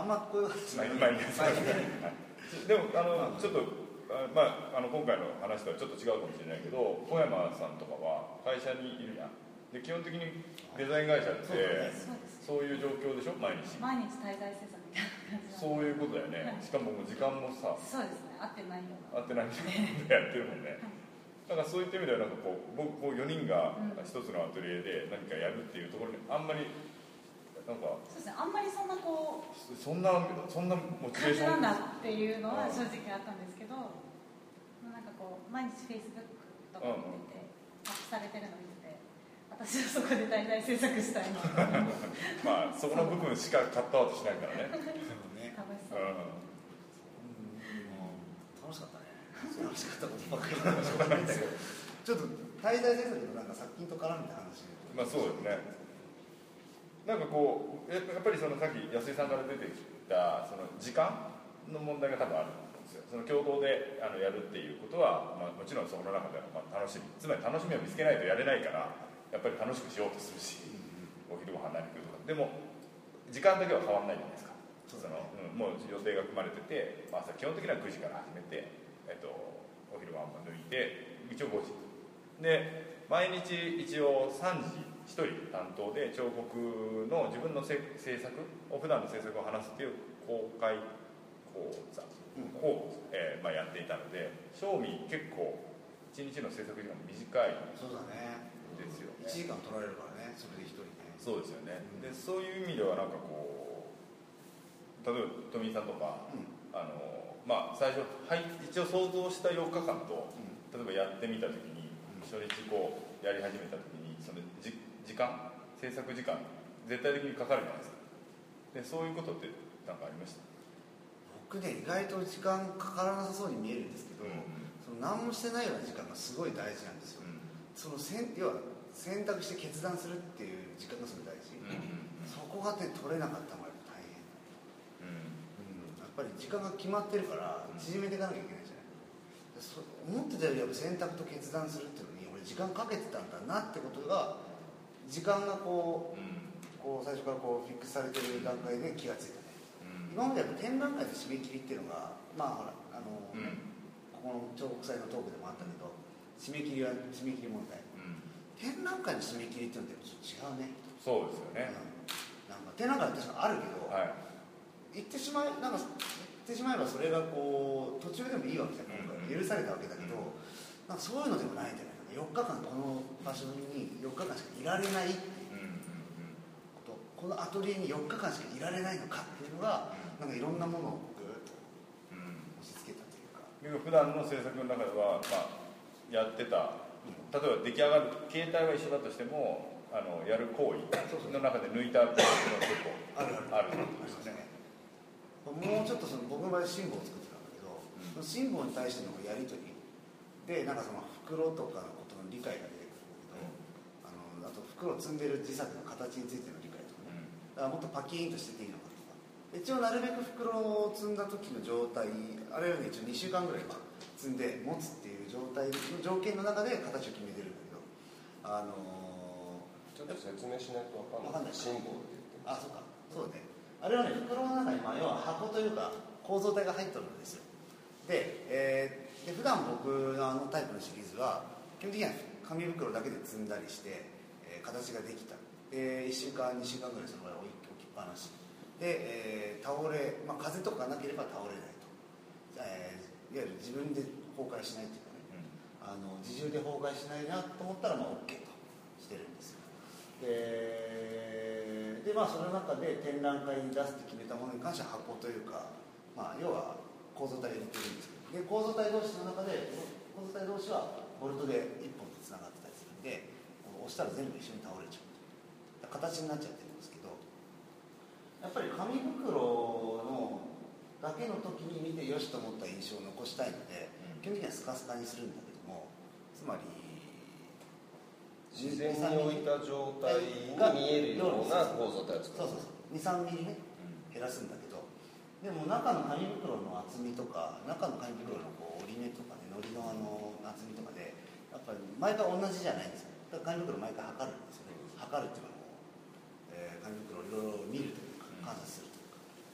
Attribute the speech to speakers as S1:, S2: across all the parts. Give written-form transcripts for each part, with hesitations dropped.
S1: んまこういう話
S2: でもちょっと今回の話とはちょっと違うかもしれないけど、小山さんとかは会社にいるやん。で基本的にデザイン会社ってそういう状況でしょ、毎日
S3: 滞在制作みたいな感じ。
S2: そういうことだよね、はい、しかも時間もさ、
S3: そうですね、合ってないよ
S2: 合ってないようなやってるもんね、だからそういった意味ではなんかこう僕4人が一つのアトリエで何かやるっていうところにあんまりなんか
S3: そうですね、あんまりそんなこう
S2: そんなモチベーション
S3: なんだっていうのは正直あったんですけど、なんかこう毎日 Facebook とか見てて、アップされてるの見てて、私はそこで滞在制作したいなと
S2: まあそこの部分しかカットアウトしないからね
S3: 楽しそう、
S1: 楽しかったね。楽しかったことばっかりなんだけどちょっと滞在制作のなんか作品と絡めた話。
S2: まあそうですね。なんかこうやっぱりそのさっき安井さんから出てきたその時間の問題が多分あると思うんですよ。その共同でやるっていうことは、もちろんそこの中での楽しみ、つまり楽しみを見つけないとやれないから、やっぱり楽しくしようとするし、お昼ご飯何食うとか、でも時間だけは変わらないじゃないですか。もう予定が組まれてて、朝基本的には9時から始めて、お昼ご飯も抜いて一応5時で、毎日一応3時1人担当で彫刻の自分の制作を普段の制作を話すっていう公開講座を、やっていたので、正味結構1日の制作時間も短い
S1: そうだね
S2: ですよね。
S1: 1時間取られるからね、それで1人ね。
S2: そうですよね、でそういう意味ではなんかこう、例えば富井さんとか、最初、一応想像した4日間と、例えばやってみた時に、初日こうやり始めた時にその時間、制作時間絶対的にかかるじゃないですか。でそういうことって何かありました？
S1: 僕ね、意外と時間かからなさそうに見えるんですけど、その何もしてないような時間がすごい大事なんですよ、その要は選択して決断するっていう時間がすごい大事、そこがね取れなかったのが大変、やっぱり時間が決まってるから縮めていかなきゃいけないじゃない、思ってたよりやっぱ選択と決断するっていうのに俺時間かけてたんだなってことが、時間がこう最初からこうフィックスされてる段階で気がついたね、今までやっぱ展覧会の締め切りっていうのがここの彫刻祭のトークでもあったけど、締め切り問題、展覧会の締め切りっていうのってちょっと違うね。
S2: そうですよね、
S1: なんか展覧会は確かあるけど、言ってしまえばそれがこう途中でもいいわけじゃない、許されたわけだけど、なんかそういうのでもないんじゃないかな。4日間この場所に4日間しかいられないっていうこと、このアトリエに4日間しかいられないのかっていうのが、なんかいろんなものをぐーっと押し付けたというか、
S2: 普段の制作の中では、やってた、例えば出来上がる形態は一緒だとしても、やる行為の中で抜いたっていうのが結構あるんですよね。
S1: もうちょっと僕の場合シンボルを作ってたんだけど、そのシンボルに対してのやり取りで、なんかその袋とかのことの理解が出てくるんだけど、あと袋を積んでる自作の形についての理解とかね、だからもっとパキーンとしてていいのかとか、一応なるべく袋を積んだ時の状態、あれより一応2週間ぐらいは積んで持つっていう状態の条件の中で形を決めてるんだけど、
S4: ちょっと説明しないと分かんない。シンボルって言ってます。
S1: そうね。あれはね、袋の中に要は箱というか構造体が入ってるんですよ。で、普段僕のタイプのシリーズは基本的には紙袋だけで積んだりして、形ができた。1週間2週間ぐらいそのぐらい置きっぱなしで、風とかなければ倒れないと、いわゆる自分で崩壊しないっていうかね、自重で崩壊しないなと思ったらOK としてるんですよ。でその中で展覧会に出すって決めたものに関しては箱というか、要は構造体で入れてるんですけど、で構造体同士の中で構造体同士はボルトで1本でつながってたりするんで、押したら全部一緒に倒れちゃう形になっちゃってるんですけど、やっぱり紙袋のだけの時に見てよしと思った印象を残したいので、基本的にはスカスカにするんだけども、つまり
S4: 自然に置いた状態が見えるような構造体を作る。
S1: そう 2,3 ミリね減らすんだけど、でも中の紙袋の厚みとか、中の紙袋の折り目とかね、のりの厚みとかでやっぱり毎回同じじゃないんですよ。だから紙袋毎回測るんですよね。測るっていうのも、紙袋をいろいろ見るというか観察するというか、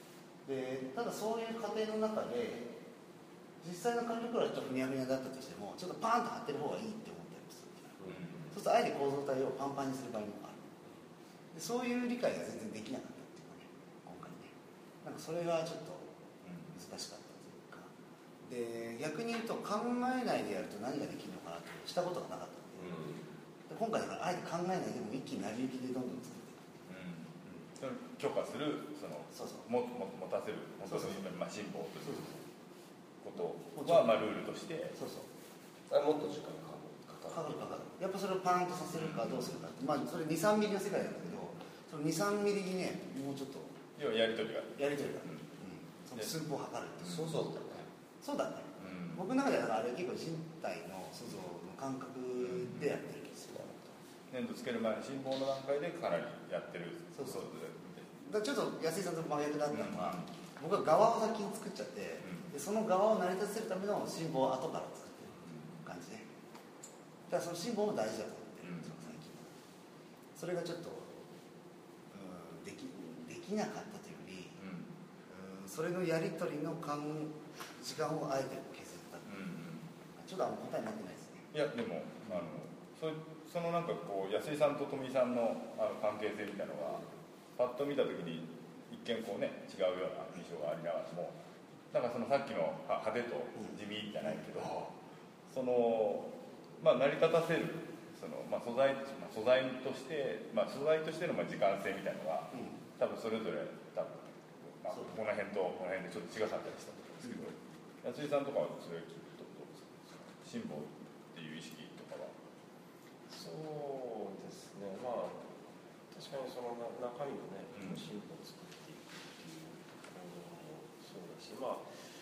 S1: でただそういう過程の中で実際の紙袋はちょっとふにゃふにゃだったとしてもちょっとパーンと貼ってる方がいいって思ったりもする、そうするとあえて構造体をパンパンにする場合もある。でそういう理解が全然できなかったっていうかね、今回ね、なんかそれがちょっと難しかったというか、で逆に言うと考えないでやると何ができるのかなってしたことがなかったので、今回だからあえて考えないでも一気に成り行きでどんどん作っていく、
S2: 許可する
S1: そうそう
S2: 持たせる本当に辛抱ということはルールとして、
S1: そうそう
S4: あれもっと時間かかる
S1: やっぱそれをパーンとさせるかどうするかって、まあそれ 2,3 ミリの世界なんだけど、その 2,3 ミリにねもうちょっと
S2: 要はやり取りが
S1: その寸法を測るっていう。そうだね、僕の中ではあれ結構人体の素像の感覚でやってるんですよ。
S2: 粘土つける前の辛抱の段階でかなりやってる。
S1: そうだからちょっと安井さんと真逆だったのは、僕は側を先に作っちゃって、でその側を成り立たせるための辛抱を後から作ってる感じで、だからその辛抱も大事だと思ってる、最近は。それがちょっとできなかったというより、それのやり取りの時間をあえて削った、ちょっと答えになってないですね。
S2: いやでもそのなんかこう安井さんと富井さんの関係性みたいなのがパッと見た時に一見こうね違うような印象がありながらも、なんかそのさっきの派手と地味じゃないけど、その成り立たせる素材として、素材としての時間性みたいなのが、多分それぞれこの辺とこの辺でちょっと違かったりしたと思うんですけど、安井さんとかはそれ聞くとどうですか？辛抱っていう意識とかは。
S4: そうですね、確かにその中身のね、辛抱を作っていくっていうところもそうだし、今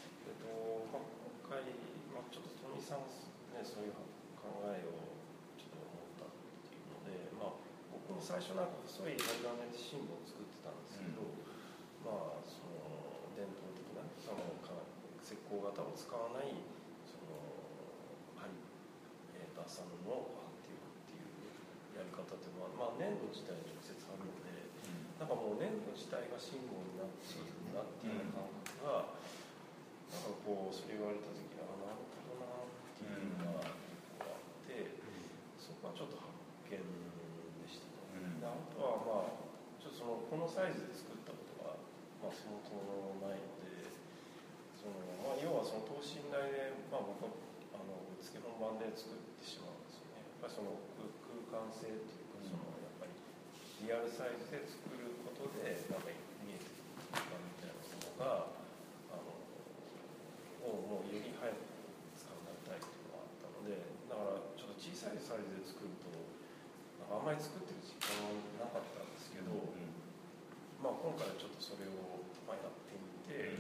S4: 回、ちょっと富井さんね、そういう考えをちょっと思ったっていうので、僕も最初なんか細い針金で辛抱を作ってたんですけど、その伝統的なその石膏型を使わないその麻布を貼っていくっていうやり方っていうのは、粘土自体に直接貼るので、なんかもう粘土自体が辛抱になっているなっていう感覚が、なんかこうそれ言われた時はなるほどなっていうのがあって、そこはちょっと発見でしたね。あとはちょっとこのサイズで作ったことが相当ないので、要はその等身大で、僕はぶっつけ本番で作ってしまうんですよね。やっぱりその空間性というか、やっぱりリアルサイズで作ることでなんか見えてくる空間みたいなものがもうより早く捕まえたいというのがあったので、だからちょっと小さいサイズで作るとあんまり作ってる時間はなかったんですけど、今回はちょっとそれをやってみて、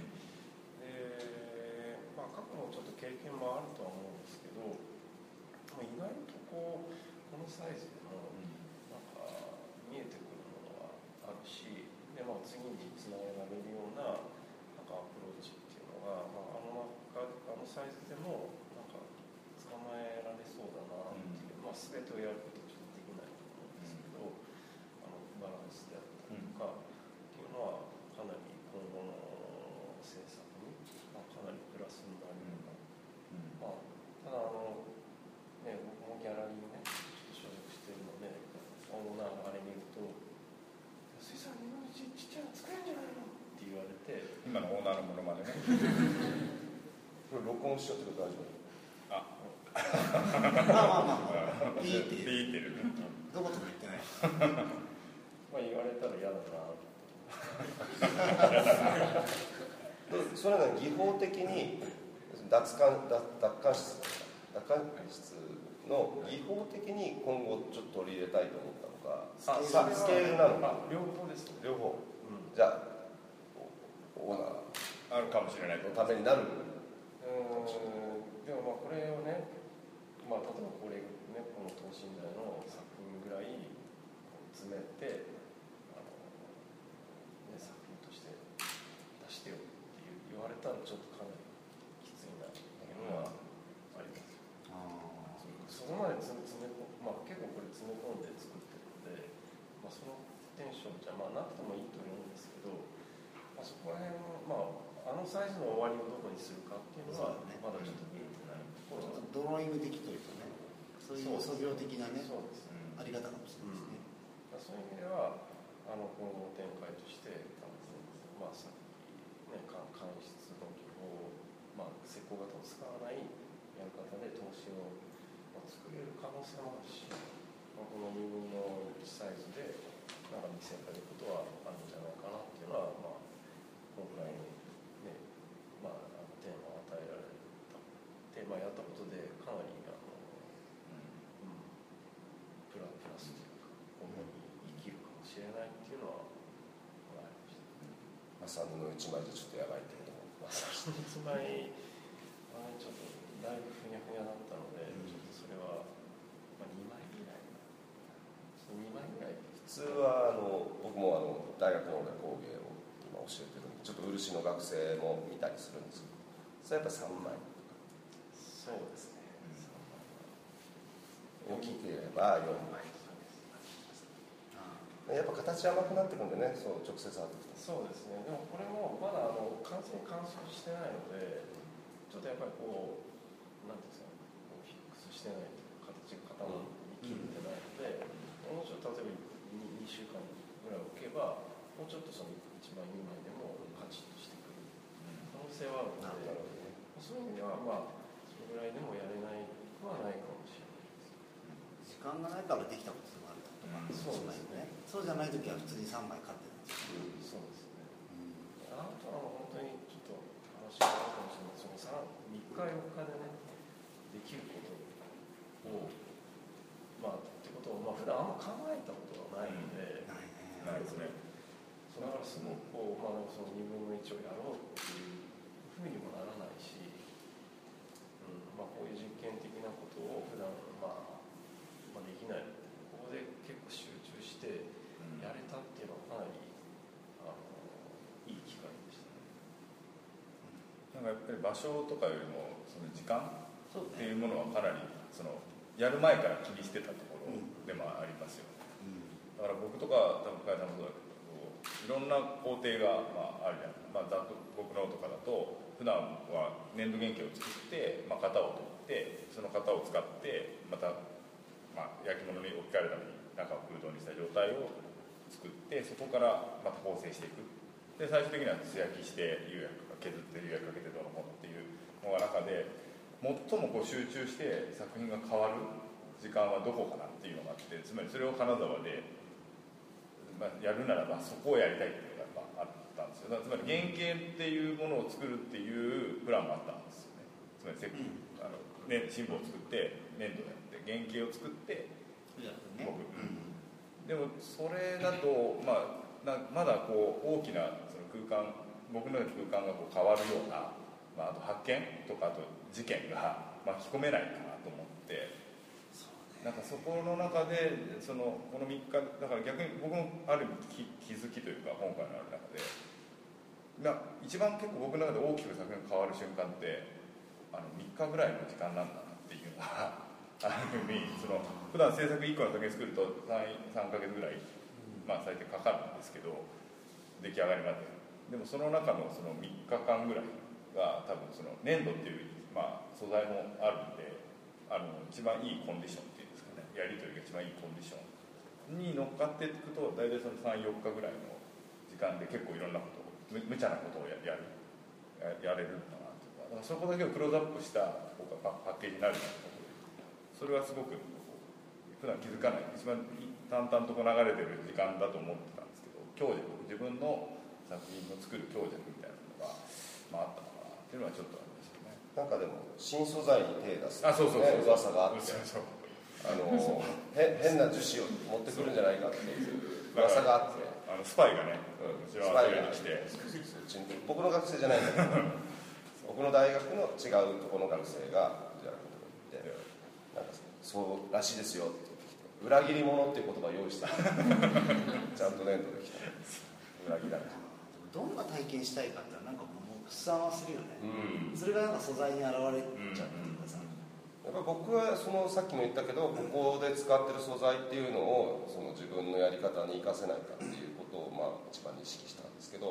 S4: 過去のちょっと経験もあるとは思うんですけど、意外とこのサイズでもなんか見えてくるものがあるし、で、次につなげられるようななんかアプローチっていうのが、あのサイズでもなんか捕まえられそうだなっていう、全てをやることはちょっとできないと思うんですけど、バランスであったりとかっていうのはかなり今後の制作にかなりプラスになるような、ただ僕もギャラリーにねちょっと所属してるので、オーナーがあれ見ると「安井さん今のうちちっちゃいの作れるんじゃないの？」って言われて、
S2: 今のオーナーのものまでね
S4: これ録音しちゃってください。
S1: いいって
S2: 言ってる
S1: どことも言ってない
S4: 言われたら嫌だなそれが技法的に奪還室の技法的に今後ちょっと取り入れたいと思ったのか、スケールなのか、
S2: 両方ですね。
S4: 両方、じゃあオーナー
S2: あるかもしれない
S4: のためになる。
S2: でもこれをね、例えばこれね、この等身大の作品ぐらい詰めて作品として出してよって言われたらちょっとかなりきついなっていうのはあります。そこまで詰め込む、結構これ詰め込んで作ってるので、そのテンションじゃなくてもいいと思うんですけど、
S4: そこら辺も、あのサイズの終わりをどこにするかっていうのは、
S1: ね、
S4: まだちょっと見えてないところは
S1: ドローイング的というかね、そういう素描的なね、
S4: そうです、
S1: あり方かもしれないですね。
S4: そういう意味では今後の展開としてさっきね、間質の技法、石膏型を使わないやり方で投資を作れる可能性もあるし、この2分の1サイズで見せられることはあるんじゃないかなっていうのは、今回ね、テーマを与えられたテーマをやったことでかなりプラスというか今後に生きるかもしれないっていうのはありました。
S5: 3分の1枚じゃちょっとやばいけれども、
S4: 3分の1枚はちょっとだいぶふにゃふにゃだったので、ちょっとそれは、2枚ぐらい2枚ぐらい
S5: 普通は僕も大学の工芸を今教えてるんで、ちょっと漆の学生も見たりするんですけど、それやっぱ3枚とか、
S4: そうですね、
S5: 大きければ4枚とか、やっぱ形甘くなってくんでね、そう直接当てて
S4: そうですね。でもこれもまだ完全に乾燥してないので、ちょっとやっぱりなんていうんですか、フィックスしてない形が固まりきってないので、もうちょっと例えば2週間ぐらい置けば、もうちょっとその1枚2枚でもカチッとしてくる可能性はあるので、そういう意味ではそれぐらいでもやれないくはないかもしれないです。
S1: 時間がないからできたこともあるとか、そうですね。そうじゃないときは普通に3枚買ってるんですよ。
S4: そうですね。あとは本当にちょっと話があるかもしれない。その3日4日でね、できることをってことを普段あんま考えたことがないので、
S2: ないですね。
S4: だからすごくその2分の1をやろうっていうふうにもならないし、こういう実験的なことを普段できないので、ここで結構集中してやれたっていうのはかなりいい機会でしたね。
S2: やっぱり場所とかよりもその時間っていうものはかなりやる前から気にしてたところでもありますよね。だから僕とか多分深井さんもそうだけど、いろんな工程があるじゃん。ざっと僕のとかだと普段は粘土原型を作って、型を取ってその型を使ってまた、焼き物に置き換えるために中を空洞にした状態を作ってそこからまた構成していく。で最終的には素焼きして釉薬か削って釉薬かけてどうのこうのっていうのが中で最も集中して作品が変わる時間はどこかなっていうのがあって、つまりそれを金沢で、やるならばそこをやりたいっていうのがやっぱあったんですよ。つまり原型っていうものを作るっていうプランもあったんですよね。つまり新聞を作って粘土でやって原型を作って僕、でもそれだとまだ大きなその空間、僕の空間が変わるような、あと発見とかあと事件が巻き込めないかなと思って、そこの中でこの3日だから逆に僕もある意味気づきというか今回のある中で、一番結構僕の中で大きく作品が変わる瞬間って3日ぐらいの時間なんだなっていうのがある意味普段制作1個の作品作ると 3ヶ月ぐらい、最低かかるんですけど出来上がりまで。でもその中のその3日間ぐらいが多分粘土っていう、素材もあるんで一番いいコンディションっていうんですかね、やり取りが一番いいコンディションに乗っかっていくと大体その 3,4 日ぐらいの時間で結構いろんなことを無茶なことをやれるんだなとか、そこだけをクローズアップしたパッケージになるようなことで、それはすごく普段気づかない一番淡々と流れてる時間だと思ってたんですけど、強弱、自分の作品の作る強弱みたいなのが、あったのかなっていうのはちょっとありましたね。
S5: なんかでも新素材に手出す、
S2: そう
S5: 噂があって、変な樹脂を持ってくるんじゃないかっていう噂があって、
S2: スパイがね、
S5: スパイが来て、僕の学生じゃないんだけど僕の大学の違うところの学生がじゃなくてなんかそうらしいですよって言ってきて、裏切り者っていう言葉を用意してちゃんと粘土できた裏切られた。
S1: どんな体験したいかってなんかもうすさまするよね、それが素材に現れちゃうっていうかさ、
S5: やっぱ僕はさっきも言ったけど、ここで使ってる素材っていうのを自分のやり方に生かせないかっていうことを一番に意識したんですけど、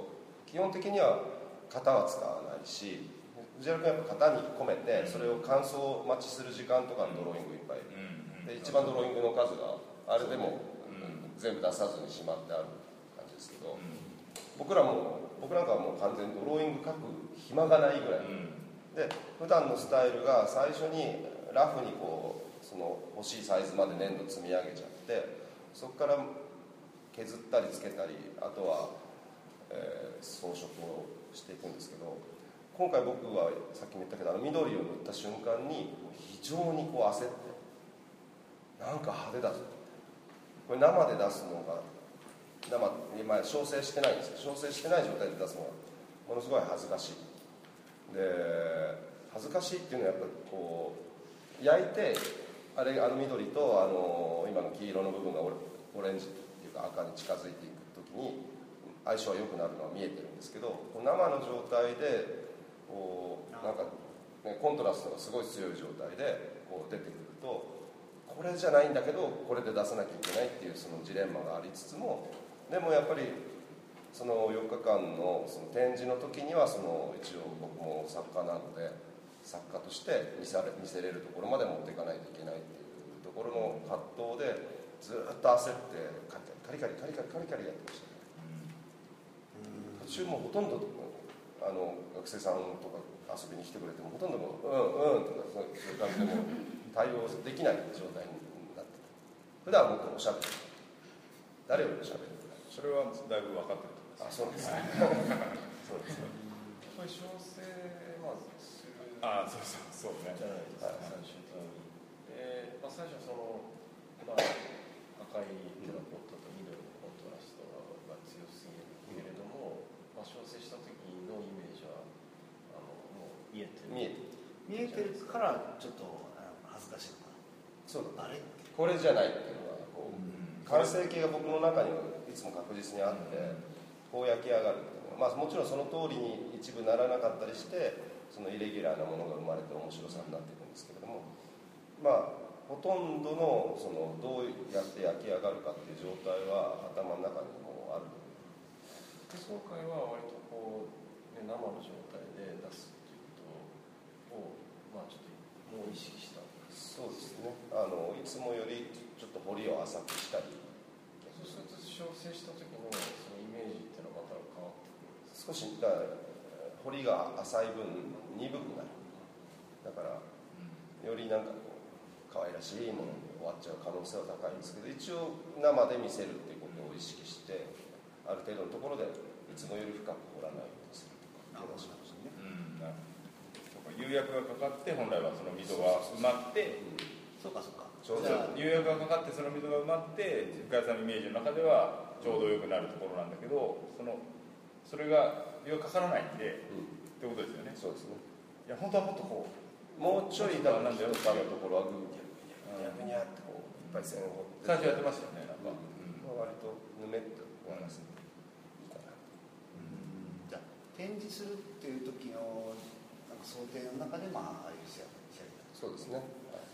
S5: 基本的には型は使わないし、藤原君はやっぱ型に込めてそれを感想待ちする時間とかのドローイングいっぱいで、一番ドローイングの数があれでも全部出さずにしまってある感じですけど、僕なんかはもう完全にドローイング描く暇がないぐらいで、普段のスタイルが最初にラフにこうその欲しいサイズまで粘土積み上げちゃって、そこから削ったりつけたり、あとは、装飾をしていくんですけど、今回僕はさっきも言ったけど緑を塗った瞬間に非常にこう焦って、なんか派手だぞ、これ生で出すのが今焼成してないんですよ。焼成してない状態で出すのがものすごい恥ずかしいで、恥ずかしいっていうのはやっぱりこう焼いてあの緑と今の黄色の部分がオレンジっていうか赤に近づいていく時に相性が良くなるのは見えてるんですけど、生の状態でこうなんか、ね、コントラストがすごい強い状態でこう出てくると、これじゃないんだけどこれで出さなきゃいけないっていうそのジレンマがありつつも、でもやっぱりその4日間のその展示の時には一応僕も作家なので作家として見せれるところまで持っていかないといけないっていうところの葛藤でずっと焦ってカリカリやってましたね。途中もほとんど学生さんとか遊びに来てくれてもほとんどもとかそういう感じでも対応できない状態になってた。普段はもっとおしゃべり、誰よりおしゃべり、
S2: それはだいぶ分かってると思います。
S5: そうですねそうですね。
S4: これ調整まずする
S2: そうね
S4: じゃないですか、最終的に。で、最初その、赤いテラコッタと緑のコントラストが強すぎるけれども、調整した時のイメージはもう見えてる
S1: からちょっと恥ずかしいのかな。
S5: そうだ、
S1: あれ
S5: これじゃないっていうのがこう、完成形が僕の中にはいつも確実にあって、こう焼き上がるっていうのは、もちろんその通りに一部ならなかったりしてそのイレギュラーなものが生まれて面白さになっていくんですけれども、ほとんどのどうやって焼き上がるかっていう状態は頭の中にもある。
S4: 今回は割とこう、生の状態で出すっていうことを、ちょっともう意識した。
S5: そうですね、いつもよりちょっと彫りを浅くしたり、
S4: そうすると調整した時のそのイメージっていうのはまた変わってくる。
S5: 少し彫りが浅い分鈍くなる。だからよりなんかこう可愛らしいものに終わっちゃう可能性は高いんですけど、一応生で見せるっていうことを意識して、ある程度のところでいつもより深く彫らないようにするとかっていうのをしますね。
S2: 釉薬がかかって本来はその溝が埋まって、
S1: そうか
S2: ちょうど釉薬がかかってその溝が埋まって深谷さんのイメージの中ではちょうどよくなるところなんだけど、それが釉がかからないんで、ってことですよね。
S5: そうですね。
S2: いや本当はもっとこう
S5: もうちょいなんだよとかのところはぐにゃってこういっぱい線を彫って
S2: 最初やってましたよね、なんか、
S5: 割とぬめっと終わらせていいかな。
S1: じゃあ展示するっていう時のなんか想定の中でああいう仕上がり
S5: そうですね。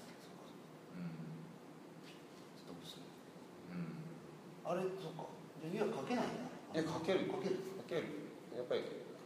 S1: ちょっと面白い。あれそうか。で釉かけないんだ。
S5: いやかける。やっぱり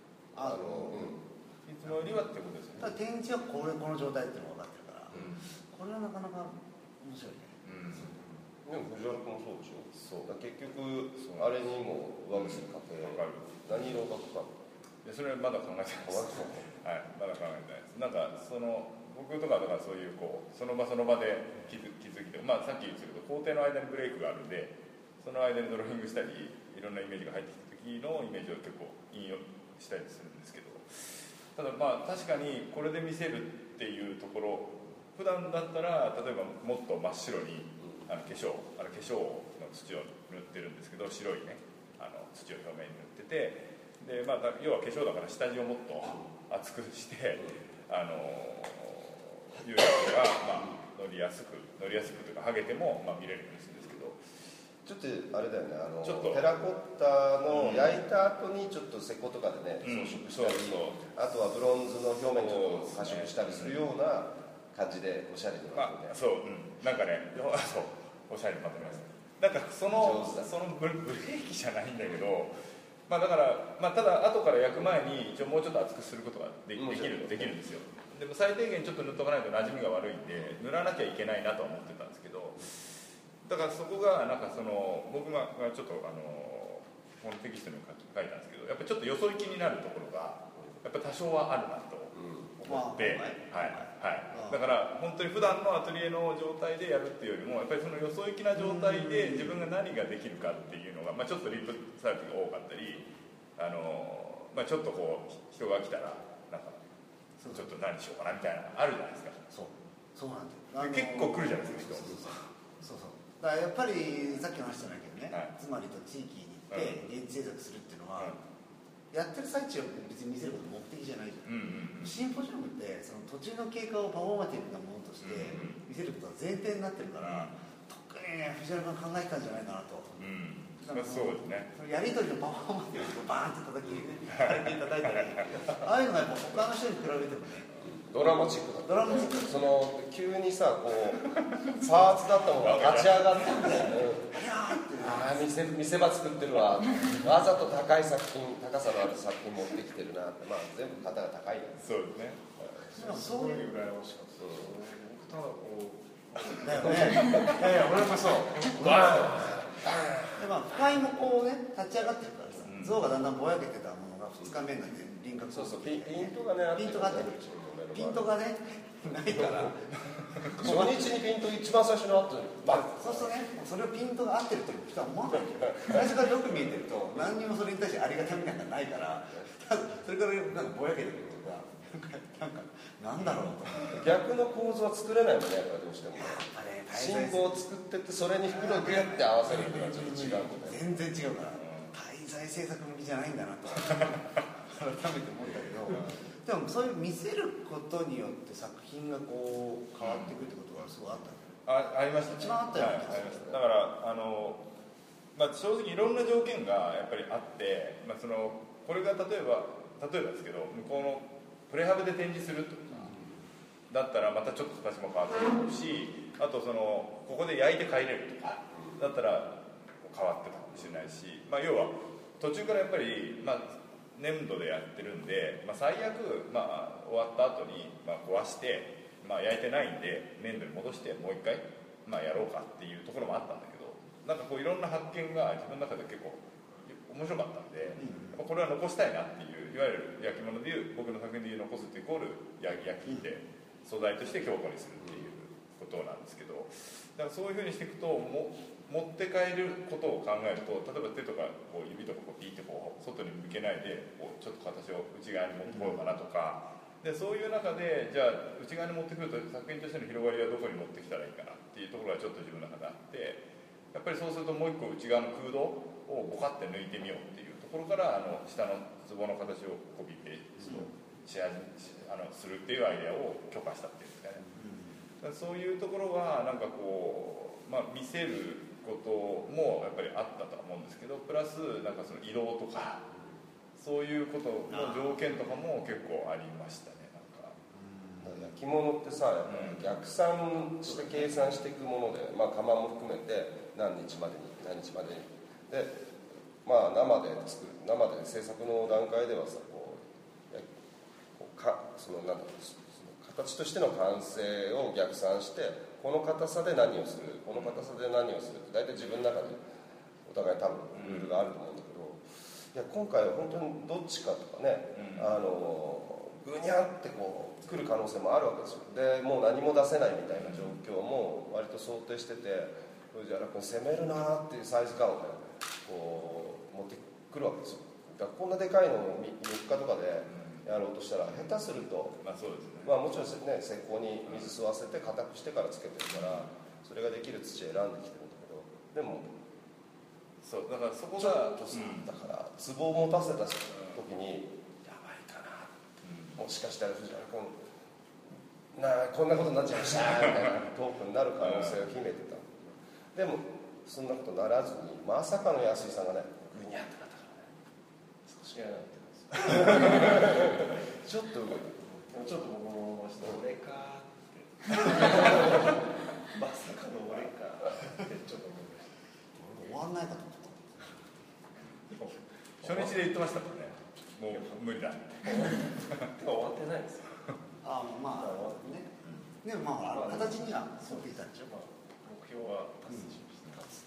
S2: いつもよりはってことですよね。
S1: ただ展示はこの状態っていうのが分かってるから、これはなかなか面白いね。
S5: でも藤原君もそうでしょ。
S2: そう
S5: だ結局あれにも上薬かけ、何色がかかる
S2: でそれまだ考えてないです。はい、まだ考えてないです。なんか僕とかだからそういうその場その場で気づきで、さっき言ってたけど工程の間にブレイクがあるんで、その間にドローイングしたりいろんなイメージが入ってきた時のイメージを結構引用したりするんですけど、ただ確かにこれで見せるっていうところ、普段だったら例えばもっと真っ白に化粧の土を塗ってるんですけど、白いね土を表面に塗ってて、で要は化粧だから下地をもっと厚くして釉薬が乗りやすくというか剥げても見れるようにするんですけど、
S5: ちょっとあれだよね、
S2: ちょっと
S5: テラコッタの焼いた後にちょっと石膏とかでね、装飾したり、あとはブロンズの表面ちょっと褐色したりするような感じでおしゃれになるね。
S2: なんかね、おしゃれにまとめます。なんかそのブレーキじゃないんだけど、 だから、ただ後から焼く前に一応もうちょっと厚くすることができるんですよ。でも最低限ちょっと塗っとかないと馴染みが悪いんで塗らなきゃいけないなとは思ってたんですけど、だからそこがなんか僕がちょっとこのテキストにも書いたんですけど、やっぱりちょっとよそ行きになるところがやっぱり多少はあるなと思って、だから本当に普段のアトリエの状態でやるっていうよりもやっぱりそのよそ行きな状態で自分が何ができるかっていうのが、ちょっとリップサービスが多かったり、ちょっとこう人が来たらなんかちょっと何しようかなみたいなのあるじゃないですか。
S1: そうなんです。
S2: 結構来るじゃないですか人。
S1: だからやっぱりさっきの話じゃないけどね、つまりと地域に行って現地制作するっていうのは、やってる最中は別に見せること目的じゃないじゃん。シンポジウムってその途中の経過をパフォーマティブなものとして見せることが前提になってるから、特にね藤原君考えてたんじゃないかなと。
S2: そうですね。
S1: やり取りのパフォーマティブをバーンって叩いていただいたり、ああいうのがやっぱ他の人に比べてもね、
S5: ドラマチックだった。その急にさこうパーツだったものが立ち上がって見せ場作ってるわ、わざと高さのある作品持ってきてるなって、全部肩が高い。
S2: そうですね。
S4: すごい羨ましかった。僕ただこう
S1: だよね。俺もそう。で深井もこうね立ち上がってるからさ、像がだんだんぼやけてたものが2日目になって輪郭
S5: ピントがね
S1: ピントがねないから
S5: 初日にピント一番最初にあったのに
S1: そうするとね、それをピントが合ってるという人は思わないんだよ。最初からよく見えてると何にもそれに対してありがたみなんかないから、それからなんかぼやけてるとかなんだろうと。
S5: 逆の構図は作れないもんね、やっぱりどうしても。信号を作ってってそれに袋をグッて合わせるっていうのはちょっと違うもんね。
S1: 全然違うから滞在制作向きじゃないんだなと改めて思ったけど、でもそういう見せることによって作品がこう変わっていくってことがすごいあったんだよ。
S2: ありましたね。
S1: 一番あったよね。
S2: だから正直いろんな条件がやっぱりあって、これが例えばですけど向こうのプレハブで展示するとかだったらまたちょっと形も変わってくるし、あとここで焼いて帰れるとかだったら変わってたかもしれないし、要は途中からやっぱり、粘土でやってるんで、最悪、終わった後に、壊して、焼いてないんで粘土に戻してもう一回、やろうかっていうところもあったんだけど、なんかこういろんな発見が自分の中で結構面白かったんで、これは残したいなっていう、いわゆる焼き物でいう僕の作品でいう残すってイコール焼きで素材として強固にするっていうことなんですけど、だからそういうふうにしていくと持って帰ることを考えると、例えば手とかこう指とかこうピーってこう外に向けないでこうちょっと形を内側に持ってこようかなとか、でそういう中でじゃあ内側に持ってくると作品としての広がりはどこに持ってきたらいいかなっていうところがちょっと自分の中であって、やっぱりそうするともう一個内側の空洞をボカって抜いてみようっていうところから下の壺の形をコピーペーストするっていうアイデアを許可したっていうんですかね。そういうところはなんかこう、見せることもやっぱりあったとは思うんですけど、プラスなんかその移動とかそういうことの条件とかも結構ありましたね。
S5: 焼き物ってさ、やっぱり逆算して計算していくもので、窯も含めて何日までに何日までにで、生で制作の段階ではさ形としての完成を逆算して、この硬さで何をする、この硬さで何をするって大体自分の中でお互い多分ルールがあると思うんだけど、いや今回は本当にどっちかとかね、ぐにゃってこう来る可能性もあるわけですよ。でもう何も出せないみたいな状況も割と想定してて、藤原君攻めるなっていうサイズ感をねこう持ってくるわけですよ。だからこんなでかいのを3日とかでやろうとしたら下手すると、
S2: そうですね、
S5: もちろんね石膏に水吸わせて硬くしてからつけてるから、それができる土選んできてるんだけど、でも
S2: そうだからそこが
S5: ちょっとさ、だから壺を持たせた時にやばいかな、もしかしたら藤原君こんなことになっちゃいましたみたいなトークになる可能性を秘めてた。でもそんなことならずに、まさかの安井さんがねぐにゃってなったからね、少しやなってちょっと動いて、
S4: ちょっと僕も思いました。俺かってまさかの俺かってちょっと思いました。
S1: 終わんないかと思った。
S2: 初日で言ってましたもんね。もう無理だ。
S4: 終わってないですよ。
S1: あまあね。でもまあ形にはそうっていたんでしょ。
S4: 目標は達成しました。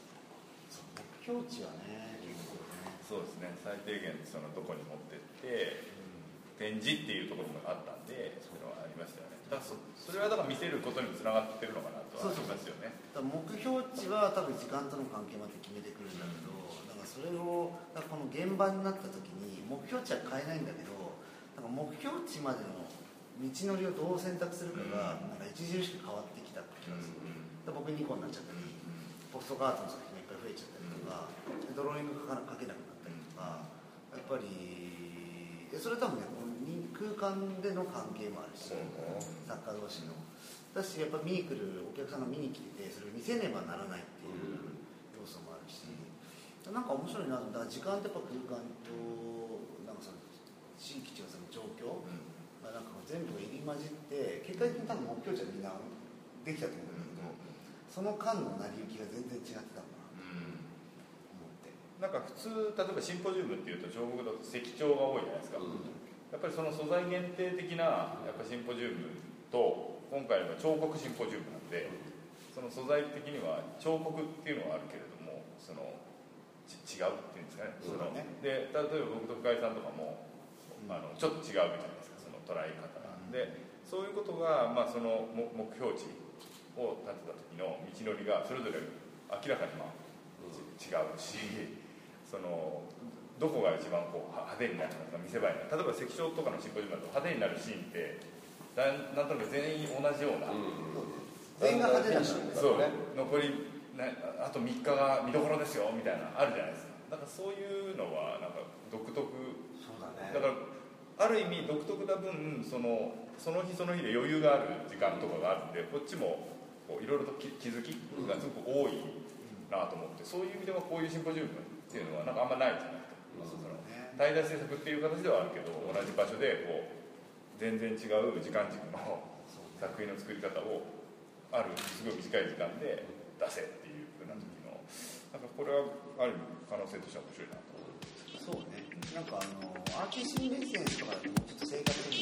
S1: 目標値はね結構ね。
S2: そうですね。最低限そのどこに持ってって展示っていうところもあったんで、そういうのはありましたよね。だからそれはだから見せることにもつながってるのかなとは思いますよね。
S1: だから目標値は多分時間との関係まで決めてくるんだけど、だからそれをだからこの現場になった時に目標値は変えないんだけど、なんか目標値までの道のりをどう選択するかがなんか著しく変わってきた気がする。だから僕ニコンになっちゃったり、ポストカードの作品がいっぱい増えちゃったりとか、ドローイング書けなくなったりとか、やっぱりそれ多分ね空間での関係もあるし、作家同士のだしやっぱ見に来るお客さんが見に来ててそれを見せねばならないっていう要素もあるし、なんか面白いな。だから時間とやっぱ空間となんかその地域地のその状況、なんか全部が入り混じって結果的に多分目標値はみんなできたと思うんだけど、その間の成り行きが全然違ってたのかなと思って。
S2: なんか普通例えばシンポジウムっていうと彫刻だと石彫が多いじゃないですか。やっぱりその素材限定的なやっぱシンポジウムと今回の彫刻シンポジウムなんで、その素材的には彫刻っていうのはあるけれどもその違うっていうんですかね。そので例えば僕と深井さんとかもちょっと違うみたいですか、その捉え方が。でそういうことが、まあ、その目標値を立てた時の道のりがそれぞれ明らかに違うし、そのどこが一番こう派手になるのか見せ場になる。例えば石彫とかのシンポジウムだと派手になるシーンってなんとなく全員同じような、
S1: 全員が派手なシーン
S2: そう残りあと3日が見どころですよみたいなあるじゃないですか。だからそういうのはなんか独特。
S1: そうだね。
S2: だからある意味独特な分その日その日で余裕がある時間とかがあるんで、こっちもいろいろと気づきがすごく多いなと思って、そういう意味ではこういうシンポジウムっていうのはなんかあんまないじゃないですか。対談制作っていう形ではあるけど、同じ場所でこう全然違う時間軸の作品の作り方をあるすごい短い時間で出せっていうふうな時のなんかこれはある意味可能性としては面白いなと思う。
S1: そうね。なんかアーティストレジデンスとかだともうちょっと性格的